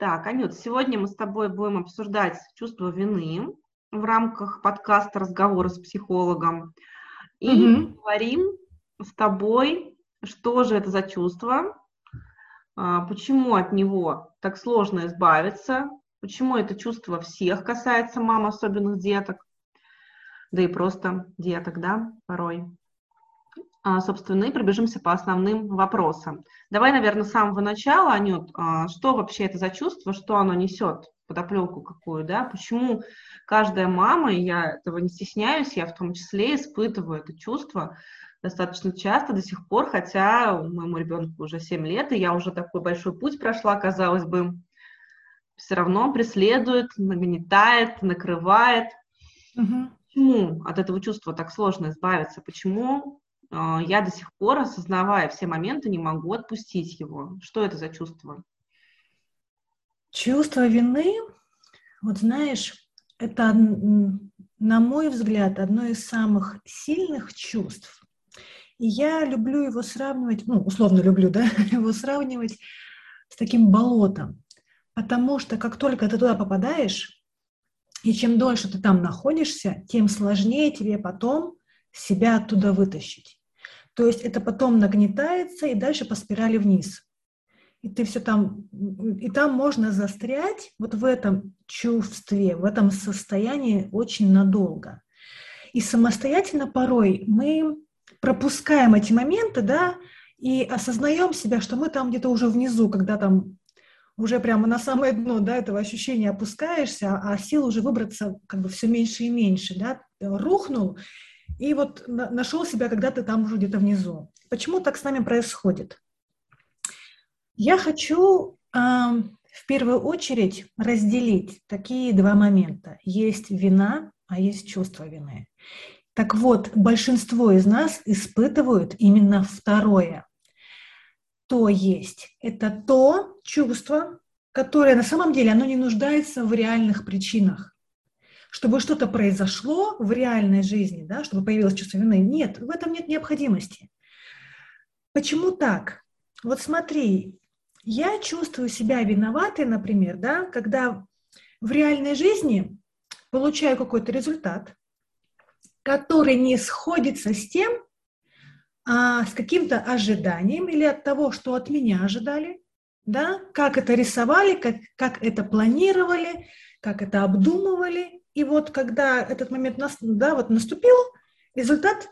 Так, Анют, сегодня мы с тобой будем обсуждать чувство вины в рамках подкаста «Разговоры с психологом». И Мгм. поговорим с тобой, что же это за чувство, почему от него так сложно избавиться, почему это чувство всех касается мам, особенных деток, да и просто деток, да, порой. Собственно, и пробежимся по основным вопросам. Давай, наверное, с самого начала, Анют, что вообще это за чувство, что оно несет, подоплеку какую, да, почему каждая мама, и я этого не стесняюсь, я в том числе испытываю это чувство достаточно часто до сих пор, хотя моему ребенку уже 7 лет, и я уже такой большой путь прошла, казалось бы, все равно преследует, нагнетает, накрывает. Мгм. Почему от этого чувства так сложно избавиться? Почему я до сих пор, осознавая все моменты, не могу отпустить его? Что это за чувство? Чувство вины, вот знаешь, это, на мой взгляд, одно из самых сильных чувств. И я люблю его сравнивать, ну, условно люблю, да, его сравнивать с таким болотом. Потому что как только ты туда попадаешь, и чем дольше ты там находишься, тем сложнее тебе потом себя оттуда вытащить. То есть это потом нагнетается и дальше по спирали вниз. И ты все там, и там можно застрять вот в этом чувстве, в этом состоянии очень надолго. И самостоятельно порой мы пропускаем эти моменты, да, и осознаем себя, что мы там где-то уже внизу, когда там уже прямо на самое дно, да, этого ощущения опускаешься, а сил уже выбраться как бы все меньше и меньше, да, рухнул, и вот нашел себя, когда ты там уже где-то внизу. Почему так с нами происходит? Я хочу в первую очередь разделить такие два момента. Есть вина, а есть чувство вины. Так вот, большинство из нас испытывают именно второе. То есть это то чувство, которое на самом деле оно не нуждается в реальных причинах. Чтобы что-то произошло в реальной жизни, да, чтобы появилось чувство вины, нет, в этом нет необходимости. Почему так? Вот смотри, я чувствую себя виноватой, например, да, когда в реальной жизни получаю какой-то результат, который не сходится с тем, с каким-то ожиданием или от того, что от меня ожидали, да, как это рисовали, как это планировали, как это обдумывали. И вот когда этот момент да, вот наступил, результат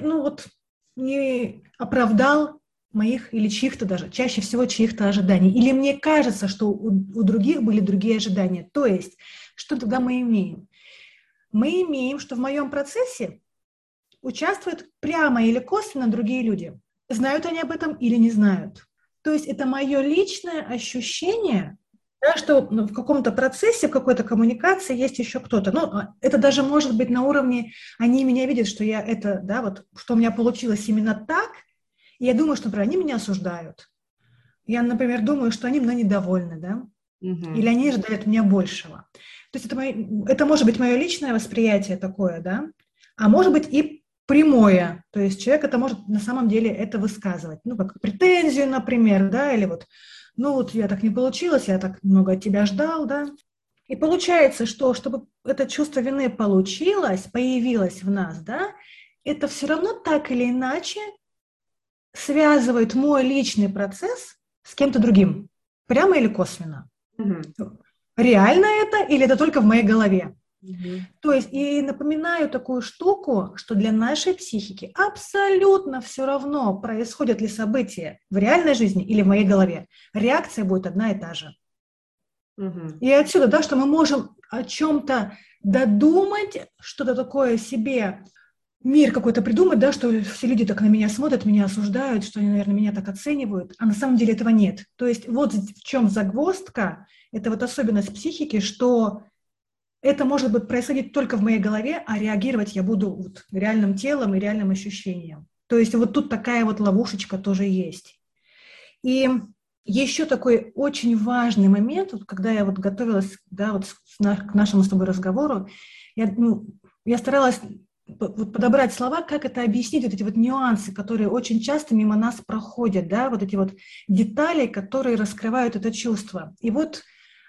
не оправдал моих или чьих-то даже, чаще всего чьих-то ожиданий. Или мне кажется, что у других были другие ожидания. То есть, что тогда мы имеем? Мы имеем, что в моем процессе участвуют прямо или косвенно другие люди. Знают они об этом или не знают. То есть это мое личное ощущение, да, что в каком-то процессе, в какой-то коммуникации есть еще кто-то. Ну, это даже может быть на уровне, они меня видят, что я это, да, вот, что у меня получилось именно так, и я думаю, что, например, они меня осуждают. Я, например, думаю, что они мной недовольны, да, или Мгм. они ожидают от меня большего. То есть это может быть мое личное восприятие такое, да, а может быть и прямое, то есть человек это может на самом деле это высказывать, ну, как претензию, например, да, или вот, ну, вот я так не получилось, я так много от тебя ждал, да. И получается, что чтобы это чувство вины получилось, появилось в нас, да, это все равно так или иначе связывает мой личный процесс с кем-то другим, прямо или косвенно. Мгм. Реально это или это только в моей голове? Мгм. То есть и напоминаю такую штуку, что для нашей психики абсолютно все равно, происходят ли события в реальной жизни или в моей голове. Реакция будет одна и та же. Мгм. И отсюда, да, что мы можем о чем-то додумать, что-то такое себе, мир какой-то придумать, да, что все люди так на меня смотрят, меня осуждают, что они, наверное, меня так оценивают, а на самом деле этого нет. То есть вот в чем загвоздка, это вот особенность психики, что это может быть происходить только в моей голове, а реагировать я буду вот реальным телом и реальным ощущением. То есть вот тут такая вот ловушечка тоже есть. И еще такой очень важный момент, вот когда я вот готовилась, да, вот к нашему с тобой разговору, я старалась вот подобрать слова, как это объяснить, вот эти вот нюансы, которые очень часто мимо нас проходят, да, вот эти вот детали, которые раскрывают это чувство. И вот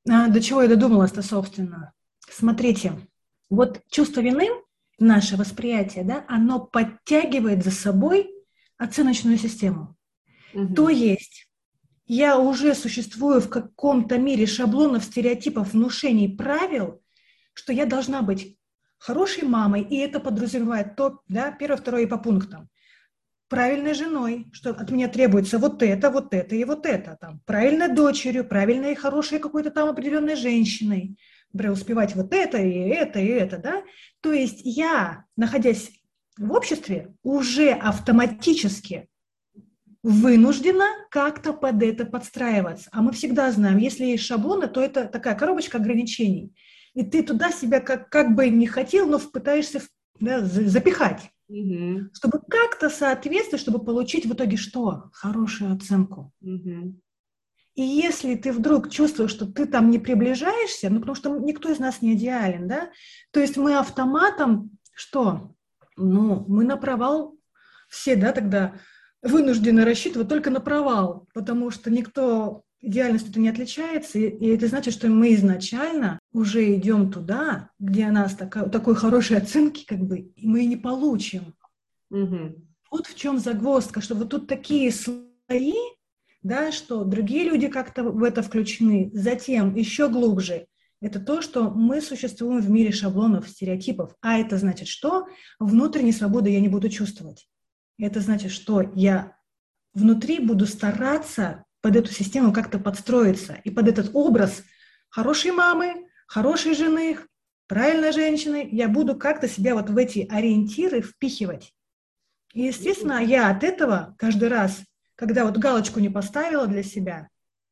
До чего я додумалась-то, собственно? Смотрите, вот чувство вины, наше восприятие, да, оно подтягивает за собой оценочную систему. То Мгм. есть я уже существую в каком-то мире шаблонов, стереотипов, внушений, правил, что я должна быть хорошей мамой, и это подразумевает то, да, первое, второе и по пунктам. Правильной женой, что от меня требуется вот это и вот это. Там, правильной дочерью, правильной и хорошей какой-то там определенной женщиной. Например, успевать вот это и это, и это, да. То есть я, находясь в обществе, уже автоматически вынуждена как-то под это подстраиваться. А мы всегда знаем, если есть шаблоны, то это такая коробочка ограничений. И ты туда себя как бы не хотел, но пытаешься, да, запихать, Мгм. чтобы как-то соответствовать, чтобы получить в итоге что? Хорошую оценку. Мгм. И если ты вдруг чувствуешь, что ты там не приближаешься, ну, потому что никто из нас не идеален, да, то есть мы автоматом что? Ну, мы на провал все, да, тогда вынуждены рассчитывать только на провал, потому что никто идеальностью не отличается, и это значит, что мы изначально уже идем туда, где у нас такой хорошей оценки, как бы, и мы и не получим. Мгм. Вот в чем загвоздка, что вот тут такие слои, да, что другие люди как-то в это включены. Затем еще глубже. Это то, что мы существуем в мире шаблонов, стереотипов. А это значит, что внутренней свободы я не буду чувствовать. Это значит, что я внутри буду стараться под эту систему как-то подстроиться. И под этот образ хорошей мамы, хорошей жены, правильной женщины я буду как-то себя вот в эти ориентиры впихивать. И, естественно, я от этого каждый раз, когда вот галочку не поставила для себя,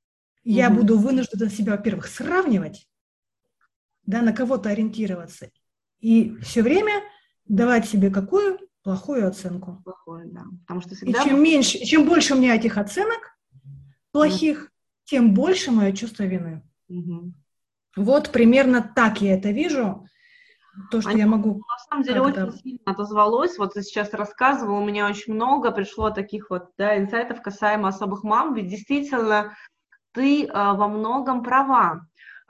я Мгм. буду вынуждена себя, во-первых, сравнивать, да, на кого-то ориентироваться, и все время давать себе какую? Плохую оценку. Плохое, да. Потому что И всегда чем будет... меньше, чем больше у меня этих оценок плохих, тем больше мое чувство вины. Мгм. Вот примерно так я это вижу, то, что Аня, я могу на самом деле очень как-то... сильно отозвалось. Вот ты сейчас рассказывала, у меня очень много пришло таких вот, да, инсайтов касаемо особых мам. Ведь действительно ты во многом права.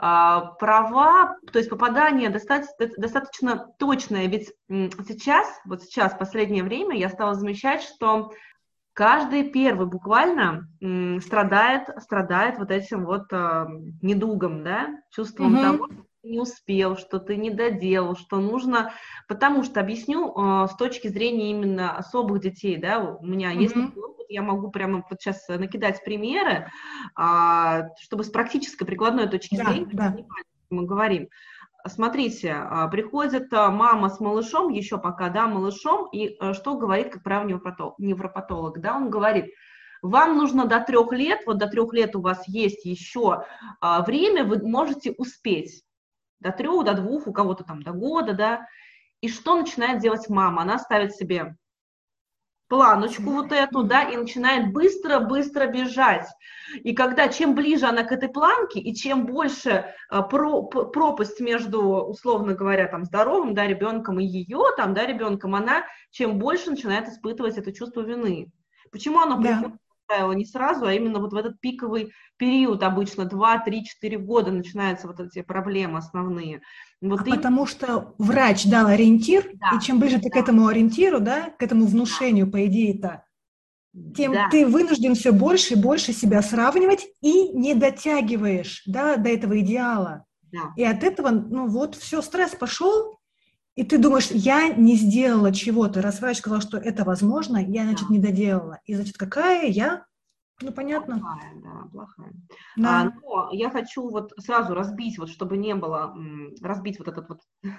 Права, то есть попадание достаточно точное. Ведь сейчас, вот сейчас, в последнее время, я стала замечать, что каждый первый буквально страдает вот этим вот недугом, да, чувством того, Мгм. что ты не успел, что ты не доделал, что нужно, потому что, объясню, с точки зрения именно особых детей, да, у меня есть Мгм. такой опыт, я могу прямо вот сейчас накидать примеры, чтобы с практической прикладной точки Да, зрения да. понимали, о чем мы говорим. Смотрите, приходит мама с малышом, еще пока, да, малышом, и что говорит, как правило, невропатолог, да, он говорит, вам нужно до 3 лет, вот до 3 лет у вас есть еще время, вы можете успеть, до 3, до 2, у кого-то там до года, да, и что начинает делать мама? Она ставит себе планочку вот эту, да, и начинает быстро-быстро бежать. И когда, чем ближе она к этой планке, и чем больше пропасть между, условно говоря, там, здоровым, да, ребенком и ее, там, да, ребенком, она, чем больше начинает испытывать это чувство вины. Почему оно приходит, Да. как правило, не сразу, а именно вот в этот пиковый период, обычно 2, 3, 4 года начинаются вот эти проблемы основные. А Вот именно, потому что врач дал ориентир, и да, чем ближе ты к да, этому ориентиру, да, к этому да, внушению, по идее-то, тем да, ты вынужден все больше и больше себя сравнивать и не дотягиваешь, да, до этого идеала. да, И от этого, ну вот, все, стресс пошел, и ты думаешь, я не сделала чего-то. Раз врач сказал, что это возможно, я, значит, да. не доделала. И, значит, какая я? Ну, понятно. Плохая, да, плохая. Да. Но я хочу вот сразу разбить, вот чтобы не было, разбить вот этот вот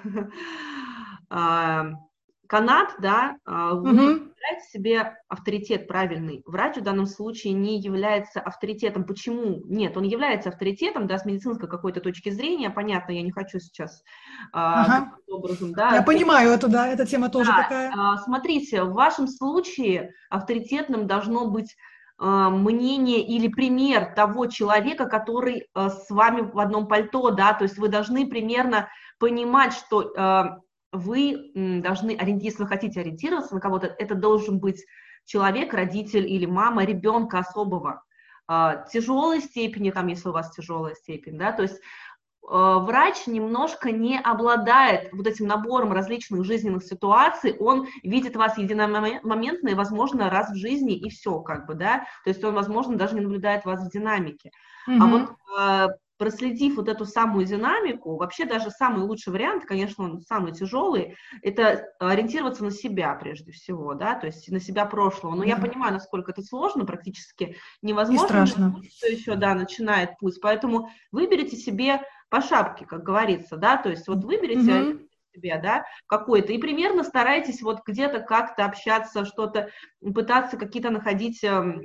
а, канат, да, вы Мгм. выбираете себе авторитет правильный. Врач в данном случае не является авторитетом. Почему? Нет, он является авторитетом, да, с медицинской какой-то точки зрения. Понятно, я не хочу сейчас Ага. каким-то образом, Я да, понимаю эту, да, эта тема тоже такая. смотрите, в вашем случае авторитетным должно быть мнение или пример того человека, который с вами в одном пальто, да, то есть вы должны примерно понимать, что вы должны, если вы хотите ориентироваться на кого-то, это должен быть человек, родитель или мама ребенка особого. тяжелой степени, там, если у вас тяжелая степень, да, то есть врач немножко не обладает вот этим набором различных жизненных ситуаций, он видит вас единомоментно и, возможно, раз в жизни, и все, как бы, да, то есть он, возможно, даже не наблюдает вас в динамике. А вот проследив вот эту самую динамику, вообще даже самый лучший вариант, конечно, он самый тяжелый, это ориентироваться на себя прежде всего, да, то есть на себя прошлого. Но я понимаю, насколько это сложно, практически невозможно. И страшно. Кто еще, да, начинает путь, поэтому выберите себе по шапке, как говорится, да, то есть вот выберите себе, да, какой-то, и примерно старайтесь вот где-то как-то общаться, что-то, пытаться какие-то находить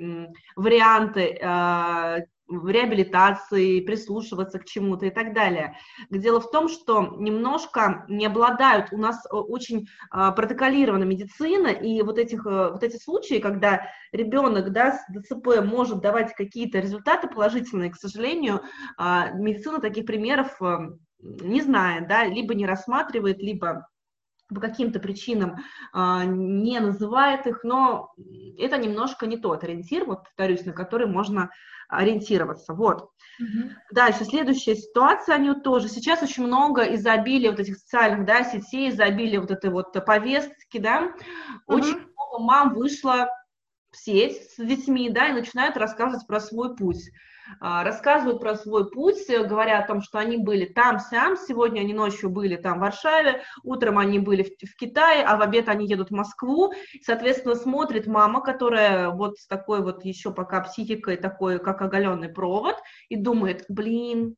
варианты, в реабилитации, прислушиваться к чему-то и так далее. Дело в том, что немножко не обладают, у нас очень протоколирована медицина, и вот эти случаи, когда ребенок, да, с ДЦП может давать какие-то результаты положительные, к сожалению, медицина таких примеров не знает, да, либо не рассматривает, либо по каким-то причинам не называет их, но это немножко не тот ориентир, вот повторюсь, на который можно ориентироваться. Вот. Дальше, следующая ситуация, они тоже. Сейчас очень много изобилия вот этих социальных, да, сетей, изобилия вот этой вот повестки, да. Очень много мам вышло в сеть с детьми, да, и начинают рассказывать про свой путь. Рассказывают про свой путь, говоря о том, что они были там-сям, сегодня они ночью были там в Варшаве, утром они были в Китае, а в обед они едут в Москву. Соответственно, смотрит мама, которая вот с такой вот еще пока психикой, такой, как оголенный провод, и думает, блин,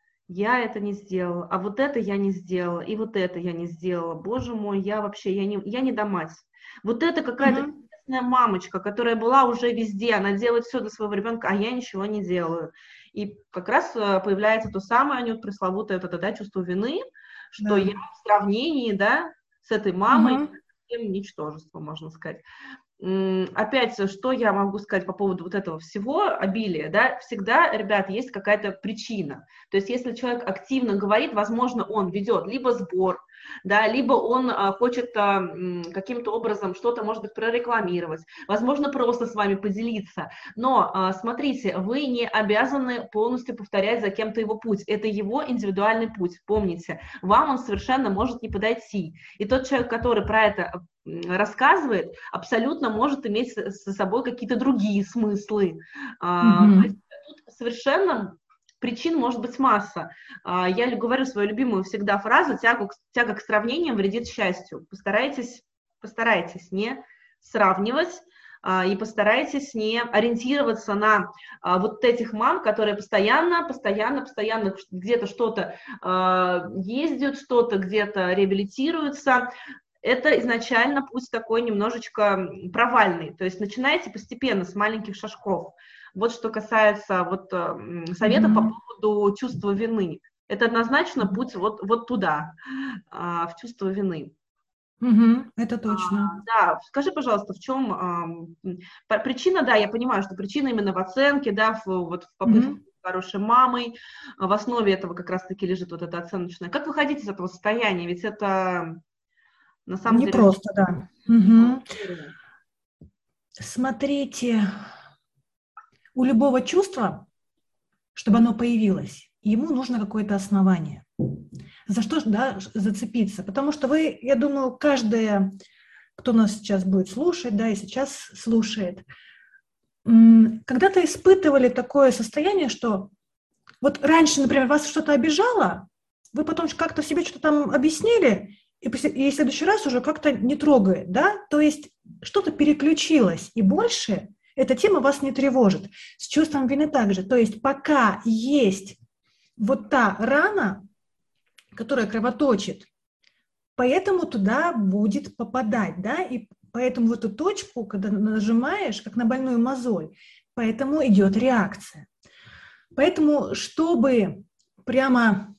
я это не сделала, а вот это я не сделала, и вот это я не сделала, боже мой, я вообще, я не домать. Вот это какая-то мамочка, которая была уже везде, она делает все для своего ребенка, а я ничего не делаю. И как раз появляется то самое, Анют, пресловутое это, да, чувство вины, что я в сравнении, да, с этой мамой, ничтожество, можно сказать. Опять, что я могу сказать по поводу вот этого всего обилия, да, всегда, ребят, есть какая-то причина. То есть, если человек активно говорит, возможно, он ведет либо сбор, да, либо он хочет каким-то образом что-то, может быть, прорекламировать, возможно, просто с вами поделиться. Но, смотрите, вы не обязаны полностью повторять за кем-то его путь. Это его индивидуальный путь, помните. Вам он совершенно может не подойти. И тот человек, который про это рассказывает, абсолютно может иметь со собой какие-то другие смыслы. Тут совершенно причин может быть масса. Я говорю свою любимую всегда фразу: тяга к сравнениям вредит счастью. Постарайтесь не сравнивать и постарайтесь не ориентироваться на вот этих мам, которые постоянно где-то что-то ездят, что-то где-то реабилитируются. Это изначально путь такой немножечко провальный. То есть начинайте постепенно, с маленьких шажков. Вот что касается вот совета по поводу чувства вины. Это однозначно путь вот туда, в чувство вины. Это точно. Да, скажи, пожалуйста, в чем причина, да, я понимаю, что причина именно в оценке, да, в попытке быть хорошей мамой, в основе этого как раз-таки лежит вот это оценочное. Как выходить из этого состояния? Ведь это на самом деле... Непросто, да. Смотрите, у любого чувства, чтобы оно появилось, ему нужно какое-то основание. За что, да, зацепиться? Потому что вы, я думаю, каждая, кто нас сейчас будет слушать, да, и сейчас слушает, когда-то испытывали такое состояние, что вот раньше, например, вас что-то обижало, вы потом как-то себе что-то там объяснили, и в следующий раз уже как-то не трогает, да? То есть что-то переключилось, и больше эта тема вас не тревожит. С чувством вины также. То есть пока есть вот та рана, которая кровоточит, поэтому туда будет попадать, да? И поэтому в эту точку, когда нажимаешь, как на больную мозоль, поэтому идет реакция. Поэтому, чтобы прямо...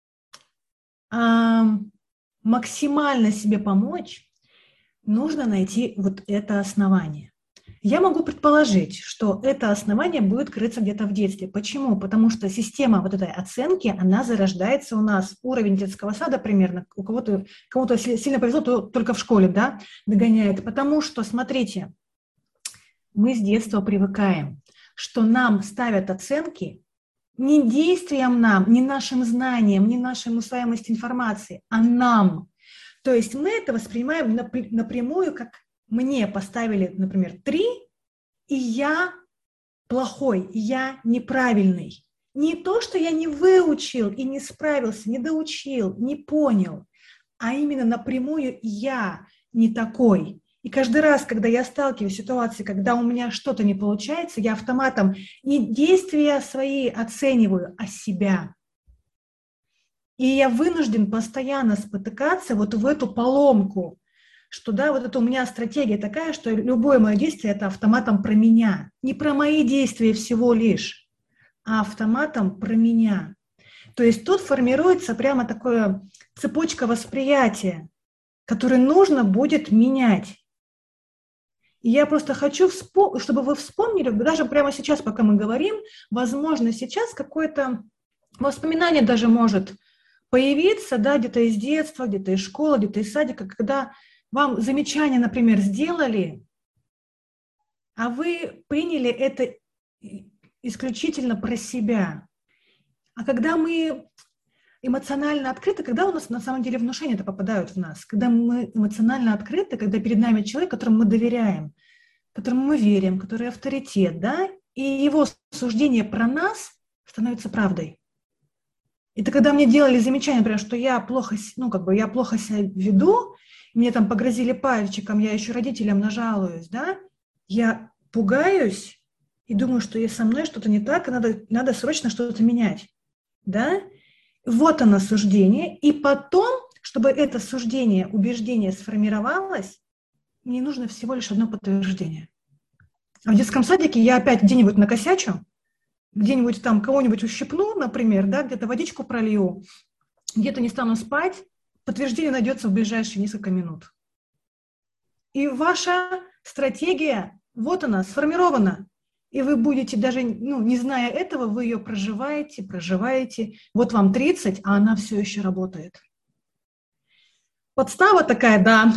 максимально себе помочь, нужно найти вот это основание. Я могу предположить, что это основание будет крыться где-то в детстве. Почему? Потому что система вот этой оценки, она зарождается у нас, уровень детского сада примерно, у кому-то сильно повезло, то только в школе, да, догоняет. Потому что, смотрите, мы с детства привыкаем, что нам ставят оценки не действиям нам, не нашим знаниям, не нашей усваиваемости информации, а нам. То есть мы это воспринимаем напрямую, как мне поставили, например, 3, и я плохой, я неправильный. Не то, что я не выучил и не справился, не доучил, не понял, а именно напрямую я не такой. И каждый раз, когда я сталкиваюсь с ситуацией, когда у меня что-то не получается, я автоматом не действия свои оцениваю, а себя. И я вынужден постоянно спотыкаться вот в эту поломку, что да, вот это у меня стратегия такая, что любое мое действие – это автоматом про меня. Не про мои действия всего лишь, а автоматом про меня. То есть тут формируется прямо такая цепочка восприятия, которую нужно будет менять. И я просто хочу, чтобы вы вспомнили, даже прямо сейчас, пока мы говорим, возможно, сейчас какое-то воспоминание даже может появиться, да, где-то из детства, где-то из школы, где-то из садика, когда вам замечание, например, сделали, а вы приняли это исключительно про себя. А когда мы эмоционально открыты, когда у нас на самом деле внушения-то попадают в нас, когда мы эмоционально открыты, когда перед нами человек, которому мы доверяем, которому мы верим, который авторитет, да, и его суждение про нас становится правдой. Это когда мне делали замечание, например, что я плохо, я плохо себя веду, мне там погрозили пальчиком, я еще родителям нажалуюсь, да, я пугаюсь и думаю, что со мной что-то не так, и надо срочно что-то менять, да. Вот оно суждение, и потом, чтобы это суждение, убеждение сформировалось, мне нужно всего лишь одно подтверждение. А в детском садике я опять где-нибудь накосячу, где-нибудь там кого-нибудь ущипну, например, да, где-то водичку пролью, где-то не стану спать, подтверждение найдется в ближайшие несколько минут. И ваша стратегия, вот она, сформирована. И вы будете даже, не зная этого, вы ее проживаете. Вот вам 30, а она все еще работает. Подстава такая, да.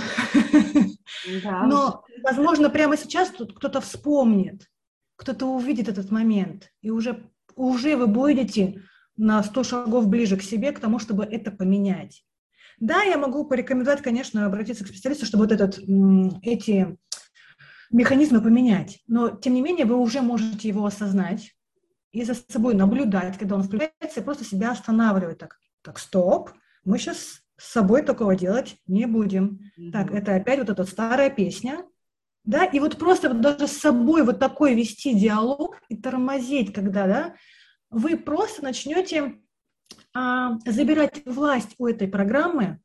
Да. Но, возможно, прямо сейчас тут кто-то вспомнит, кто-то увидит этот момент, и уже вы будете на 100 шагов ближе к себе, к тому, чтобы это поменять. Да, я могу порекомендовать, конечно, обратиться к специалисту, чтобы вот эти механизмы поменять. Но, тем не менее, вы уже можете его осознать и за собой наблюдать, когда он включается, и просто себя останавливать. Так, стоп, мы сейчас с собой такого делать не будем. Так, это опять вот эта старая песня. Да, и вот просто вот даже с собой вот такой вести диалог и тормозить, когда, да, вы просто начнете забирать власть у этой программы,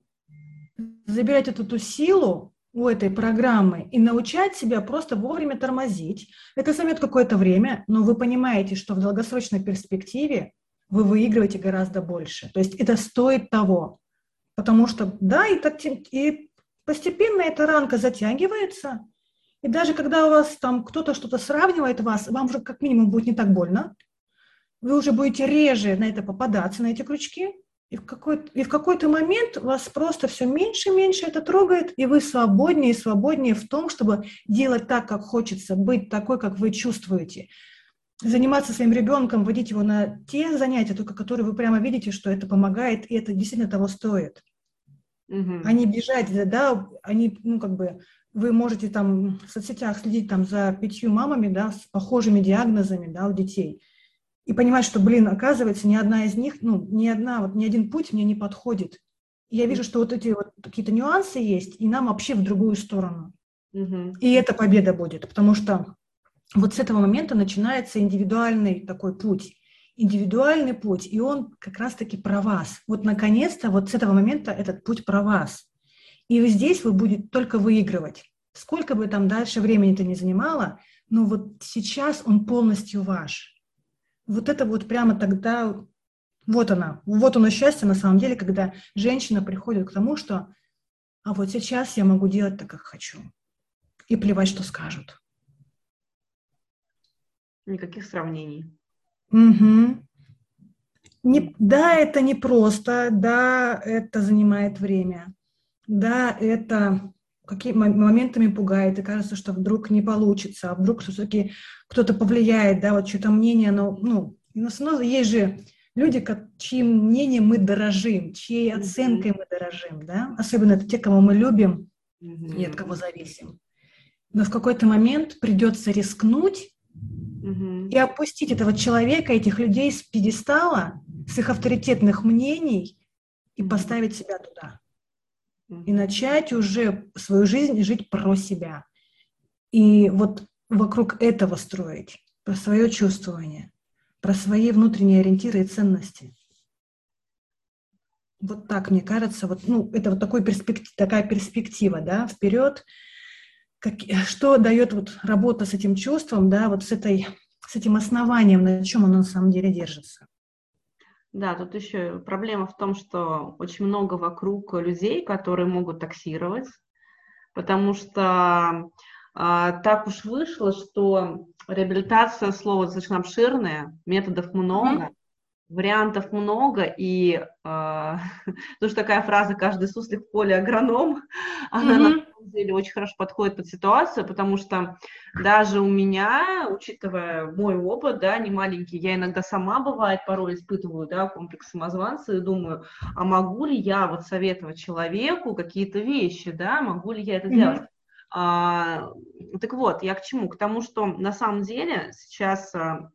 забирать эту силу у этой программы и научать себя просто вовремя тормозить. Это займет какое-то время, но вы понимаете, что в долгосрочной перспективе вы выигрываете гораздо больше. То есть это стоит того. Потому что, да, и постепенно эта рамка затягивается, и даже когда у вас там кто-то что-то сравнивает вас, вам уже как минимум будет не так больно, вы уже будете реже на это попадаться, на эти крючки, и в какой-то момент вас просто все меньше и меньше это трогает, и вы свободнее и свободнее в том, чтобы делать так, как хочется, быть такой, как вы чувствуете. Заниматься своим ребенком, водить его на те занятия, только которые вы прямо видите, что это помогает, и это действительно того стоит. А не бежать, да, вы можете там в соцсетях следить там за 5 мамами, да, с похожими диагнозами, да, у детей, и понимать, что, оказывается, ни одна из них, ни один путь мне не подходит. И я вижу, что вот эти вот какие-то нюансы есть, и нам вообще в другую сторону. И это победа будет, потому что вот с этого момента начинается индивидуальный такой путь. Индивидуальный путь, и он как раз-таки про вас. Вот наконец-то вот с этого момента этот путь про вас. И здесь вы будете только выигрывать. Сколько бы там дальше времени это ни занимало, но вот сейчас он полностью ваш. Вот это вот прямо тогда, вот оно счастье на самом деле, когда женщина приходит к тому, что а вот сейчас я могу делать так, как хочу. И плевать, что скажут. Никаких сравнений. Угу. Да, это непросто, да, это занимает время, да, это какими моментами пугает, и кажется, что вдруг не получится, а вдруг все-таки кто-то повлияет, да, вот чье-то мнение, и в основном есть же люди, чьим мнением мы дорожим, чьей оценкой мы дорожим, да, особенно это те, кого мы любим и от кого зависим. Но в какой-то момент придется рискнуть и опустить этого человека, этих людей с пьедестала, с их авторитетных мнений и поставить себя туда. И начать уже свою жизнь жить про себя. И вот вокруг этого строить, про свое чувствование, про свои внутренние ориентиры и ценности. Вот так, мне кажется, это вот такая перспектива, да, вперед. Что дает вот работа с этим чувством, да, вот с этим основанием, на чем оно на самом деле держится. Да, тут еще проблема в том, что очень много вокруг людей, которые могут таксировать, потому что так уж вышло, что реабилитация, слово достаточно обширное, методов много, вариантов много, и тоже такая фраза «каждый суслик в поле агроном», она на самом деле очень хорошо подходит под ситуацию, потому что даже у меня, учитывая мой опыт, да, не маленький, я иногда сама, бывает, порой испытываю, да, комплекс самозванца и думаю, а могу ли я вот советовать человеку какие-то вещи, да, могу ли я это делать? Так вот, я к чему? К тому, что на самом деле сейчас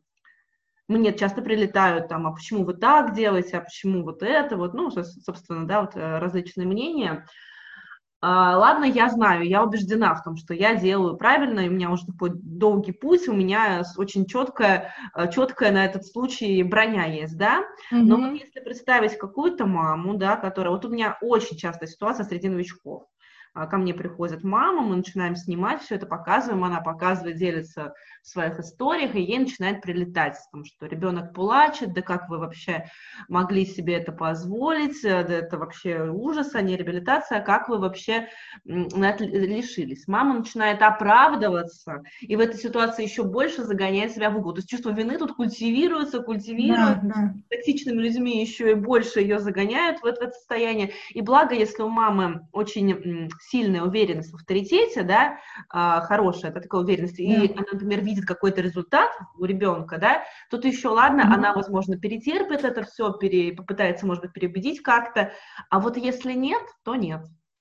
мне часто прилетают там, а почему вы так делаете, а почему вот это, вот, собственно, да, вот различные мнения. Ладно, я знаю, я убеждена в том, что я делаю правильно, и у меня уже такой долгий путь, у меня очень четкая на этот случай броня есть, да, но вот если представить какую-то маму, да, которая, вот у меня очень частая ситуация среди новичков, ко мне приходит мама, мы начинаем снимать, все это показываем, она показывает, делится в своих историях, и ей начинает прилетать, потому что ребенок плачет, да как вы вообще могли себе это позволить, да это вообще ужас, а не реабилитация, как вы вообще на это лишились. Мама начинает оправдываться, и в этой ситуации еще больше загоняет себя в угол. То есть чувство вины тут культивируется, да. токсичными людьми еще и больше ее загоняют в это состояние. И благо, если у мамы очень сильная уверенность в авторитете, да, хорошая такая уверенность, и она, например, видит какой-то результат у ребенка, да, тут еще ладно, она, возможно, перетерпит это все, попытается, может быть, переубедить как-то, а вот если нет, то нет.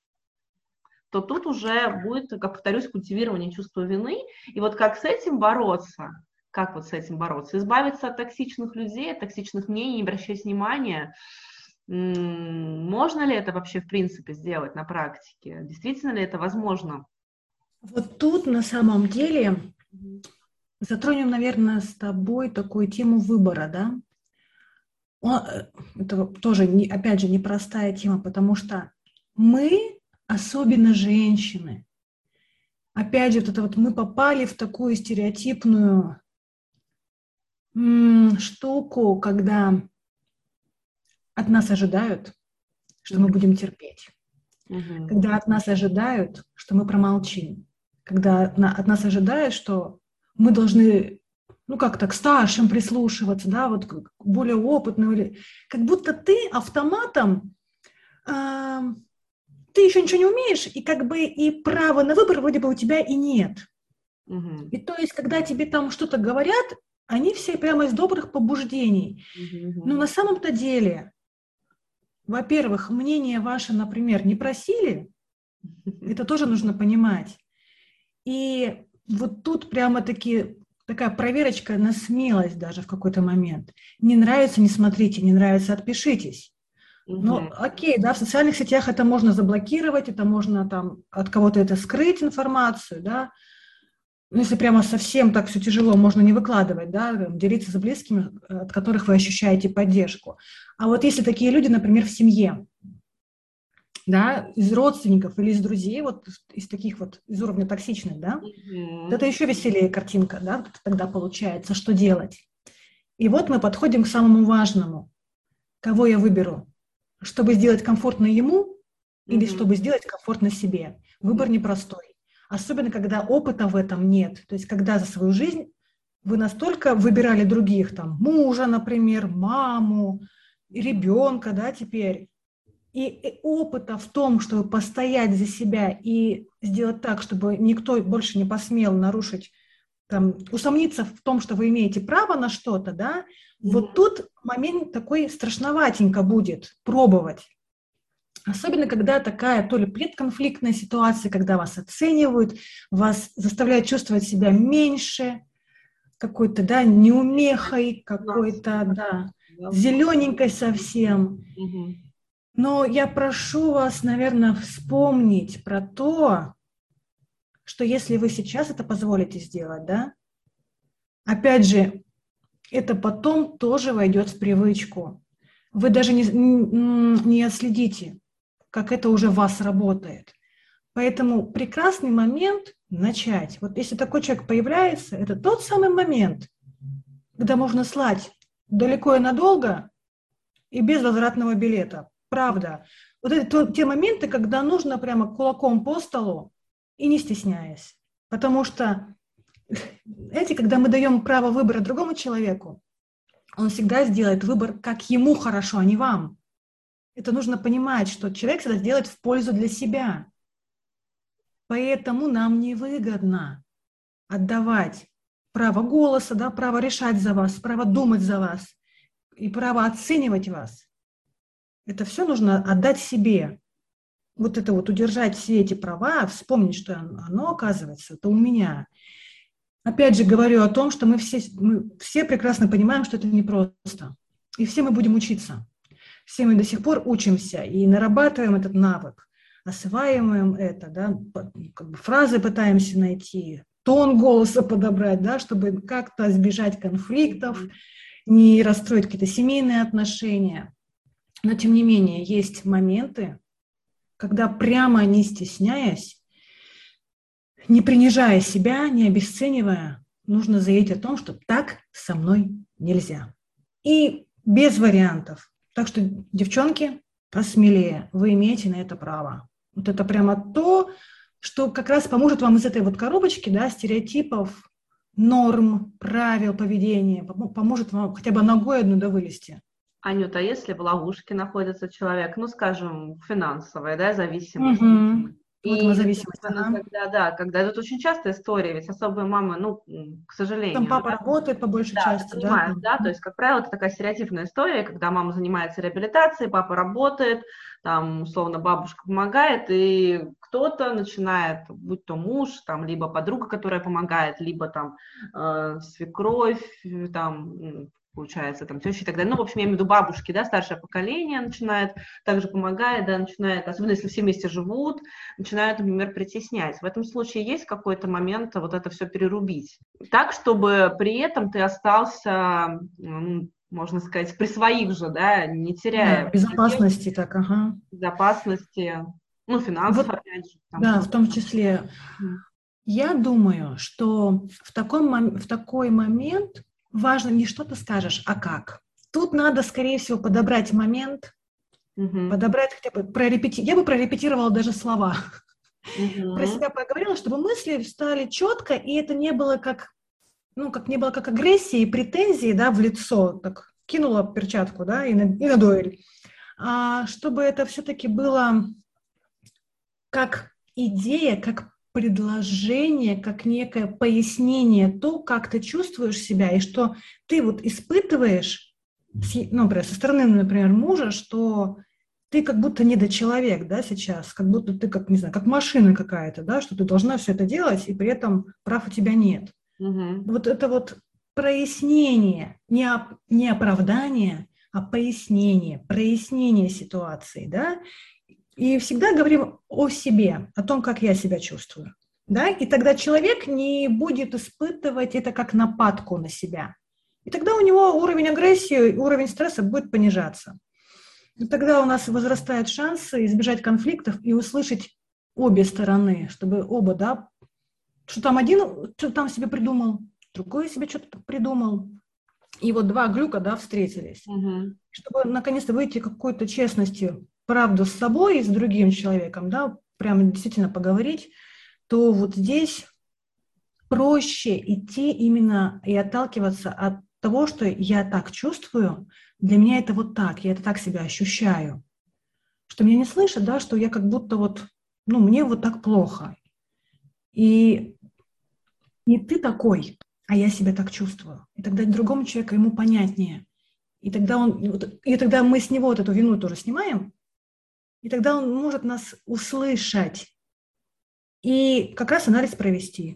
То тут уже будет, как повторюсь, культивирование чувства вины. И вот как с этим бороться? Как вот с этим бороться? Избавиться от токсичных людей, от токсичных мнений, не обращать внимания. Можно ли это вообще в принципе сделать на практике? Действительно ли это возможно? Вот тут на самом деле затронем, наверное, с тобой такую тему выбора, да? Это тоже, опять же, непростая тема, потому что мы, особенно женщины, опять же, мы попали в такую стереотипную штуку, когда от нас ожидают, что мы будем терпеть. Когда от нас ожидают, что мы промолчим. Когда от нас ожидают, что мы должны, как-то к старшим прислушиваться, да, вот к более опытным. Как будто ты автоматом, ты еще ничего не умеешь, и и права на выбор вроде бы у тебя и нет. И то есть, когда тебе там что-то говорят, они все прямо из добрых побуждений. Но на самом-то деле, во-первых, мнение ваше, например, не просили, это тоже нужно понимать. И вот тут прямо-таки такая проверочка на смелость даже в какой-то момент. Не нравится — не смотрите, не нравится — отпишитесь. Окей, да, в социальных сетях это можно заблокировать, это можно там от кого-то это скрыть информацию, да. Но если прямо совсем так все тяжело, можно не выкладывать, да, делиться с близкими, от которых вы ощущаете поддержку. А вот если такие люди, например, в семье, да, из родственников или из друзей, вот из таких вот, из уровня токсичных, да, это еще веселее картинка, да, тогда получается, что делать. И вот мы подходим к самому важному. Кого я выберу? Чтобы сделать комфортно ему или чтобы сделать комфортно себе? Выбор непростой. Особенно, когда опыта в этом нет. То есть, когда за свою жизнь вы настолько выбирали других, там, мужа, например, маму, ребенка, да, теперь. и опыта в том, чтобы постоять за себя и сделать так, чтобы никто больше не посмел нарушить, там, усомниться в том, что вы имеете право на что-то, да, вот тут момент такой страшноватенько будет пробовать. Особенно, когда такая то ли предконфликтная ситуация, когда вас оценивают, вас заставляют чувствовать себя меньше, какой-то, да, неумехой, какой-то, да, зелененькой совсем. Но я прошу вас, наверное, вспомнить про то, что если вы сейчас это позволите сделать, да, опять же, это потом тоже войдет в привычку. Вы даже не отследите, как это уже в вас работает. Поэтому прекрасный момент начать. Вот если такой человек появляется, это тот самый момент, когда можно слать далеко и надолго и без возвратного билета. Правда. Вот это те моменты, когда нужно прямо кулаком по столу и не стесняясь. Потому что, знаете, когда мы даем право выбора другому человеку, он всегда сделает выбор, как ему хорошо, а не вам. Это нужно понимать, что человек всегда делает в пользу для себя. Поэтому нам невыгодно отдавать право голоса, да, право решать за вас, право думать за вас и право оценивать вас. Это все нужно отдать себе. Вот это вот удержать все эти права, вспомнить, что оно, оказывается, это у меня. Опять же говорю о том, что мы все прекрасно понимаем, что это непросто. И все мы будем учиться. Все мы до сих пор учимся и нарабатываем этот навык, осваиваем это, да, как бы фразы пытаемся найти, тон голоса подобрать, да, чтобы как-то избежать конфликтов, не расстроить какие-то семейные отношения. Но, тем не менее, есть моменты, когда прямо не стесняясь, не принижая себя, не обесценивая, нужно заявить о том, что так со мной нельзя. И без вариантов. Так что, девчонки, посмелее, вы имеете на это право. Вот это прямо то, что как раз поможет вам из этой вот коробочки, да, стереотипов, норм, правил поведения, поможет вам хотя бы ногой одну вылезти. Анюта, а если в ловушке находится человек, ну, скажем, финансовая, да, зависимость, и, когда это очень частая история, ведь особые мамы, ну, к сожалению. Там папа работает по большей части, понимаешь, да, то есть, как правило, это такая стереотипная история, когда мама занимается реабилитацией, папа работает, там, условно, бабушка помогает, и кто-то начинает, будь то муж, там, либо подруга, которая помогает, либо там свекровь, там, получается, там, теща и так далее. Ну, в общем, я имею в виду бабушки, да, старшее поколение начинает, также помогает, да, начинает, особенно если все вместе живут, начинают, например, притеснять. В этом случае есть какой-то момент вот это все перерубить. Так, чтобы при этом ты остался, можно сказать, при своих же, да, не теряя... Да, безопасности, так, ага. Безопасности, ну, финансов, вот, опять же. Там, да, в том числе. Я думаю, что в такой момент важно не что ты скажешь, а как. Тут надо, скорее всего, подобрать момент, подобрать хотя бы, я бы прорепетировала даже слова. Про себя проговорила, чтобы мысли встали четко, и это не было как агрессии и претензии, да, в лицо, так кинула перчатку, да, и на дуэль. А чтобы это все-таки было как идея, как предложение, как некое пояснение то, как ты чувствуешь себя, и что ты вот испытываешь, например, со стороны, например, мужа, что ты как будто недочеловек, да, сейчас, как будто ты, как, не знаю, как машина какая-то, да, что ты должна все это делать, и при этом прав у тебя нет. Вот это вот прояснение, не оправдание, а пояснение, прояснение ситуации, да, и всегда говорим о себе, о том, как я себя чувствую. Да? И тогда человек не будет испытывать это как нападку на себя. И тогда у него уровень агрессии, уровень стресса будет понижаться. И тогда у нас возрастают шансы избежать конфликтов и услышать обе стороны, чтобы оба, да, что там один что там себе придумал, другой себе что-то придумал. И вот два глюка, да, встретились. Чтобы наконец-то выйти к какой-то честности, правду с собой и с другим человеком, да, прямо действительно поговорить, то вот здесь проще идти именно и отталкиваться от того, что я так чувствую, для меня это вот так, я это так себя ощущаю. что меня не слышат, да, что я как будто вот, ну, мне вот так плохо. И не ты такой, а я себя так чувствую. И тогда другому человеку ему понятнее. И тогда мы с него вот эту вину тоже снимаем, и тогда он может нас услышать и как раз анализ провести.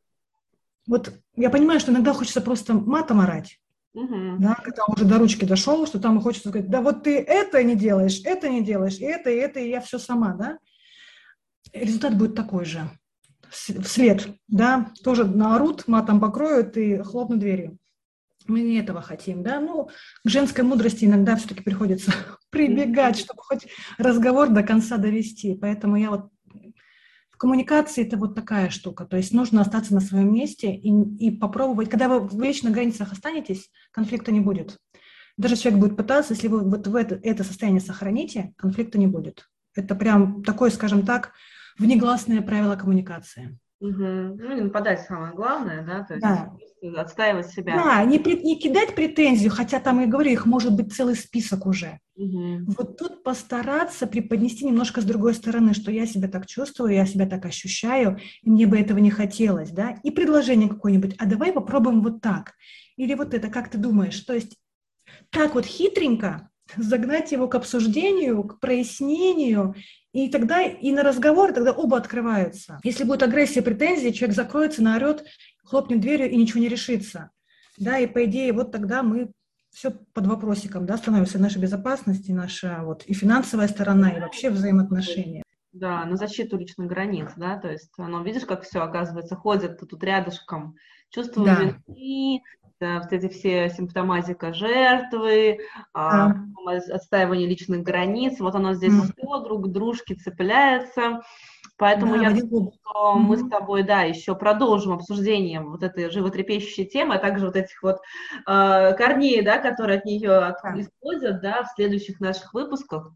Вот я понимаю, что иногда хочется просто матом орать, да, когда уже до ручки дошел, что там хочется сказать, да вот ты это не делаешь, и это, и я все сама, да. Результат будет такой же. Вслед, да, тоже наорут, матом покроют и хлопнут дверью. Мы не этого хотим, да, ну, к женской мудрости иногда все-таки приходится прибегать, чтобы хоть разговор до конца довести, поэтому я вот в коммуникации это вот такая штука, то есть нужно остаться на своем месте и попробовать, когда вы в личных границах останетесь, конфликта не будет. Даже человек будет пытаться, если вы вот это состояние сохраните, конфликта не будет. Это прям такое, скажем так, внегласное правило коммуникации. Ну, не нападать самое главное, да, то есть Да. отстаивать себя. Да, не кидать претензию, хотя там, я говорю, их может быть целый список уже. Вот тут постараться преподнести немножко с другой стороны, что я себя так чувствую, я себя так ощущаю, и мне бы этого не хотелось, да, и предложение какое-нибудь, а давай попробуем вот так, или вот это, как ты думаешь, то есть так вот хитренько загнать его к обсуждению, к прояснению, и тогда и на разговор тогда оба открываются. Если будет агрессия, претензии, человек закроется, наорет, хлопнет дверью и ничего не решится. Да, и по идее вот тогда мы все под вопросиком, да, становится наша безопасность, и наша вот и финансовая сторона, и вообще взаимоотношения. Да, на защиту личных границ, да, то есть, оно, видишь, как все, оказывается, ходят тут рядышком, чувство вины, да, вот эти все симптоматика жертвы, отстаивание личных границ, вот оно здесь все друг к дружке цепляется, поэтому я думаю, что мы с тобой, да, еще продолжим обсуждение вот этой животрепещущей темы, а также вот этих вот корней, да, которые от нее исходят, да, в следующих наших выпусках.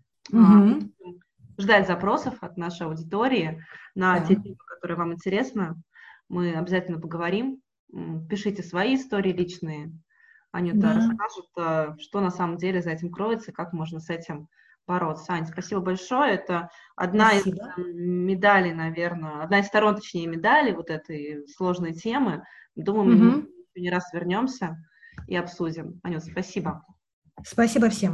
Ждать запросов от нашей аудитории на те темы, которые вам интересны. Мы обязательно поговорим. Пишите свои истории личные. Анюта расскажет, что на самом деле за этим кроется, как можно с этим бороться. Ань, спасибо большое. Это одна из медалей, наверное, одна из сторон, точнее, медали вот этой сложной темы. Думаю, мы не раз вернемся и обсудим. Анют, спасибо. Спасибо всем.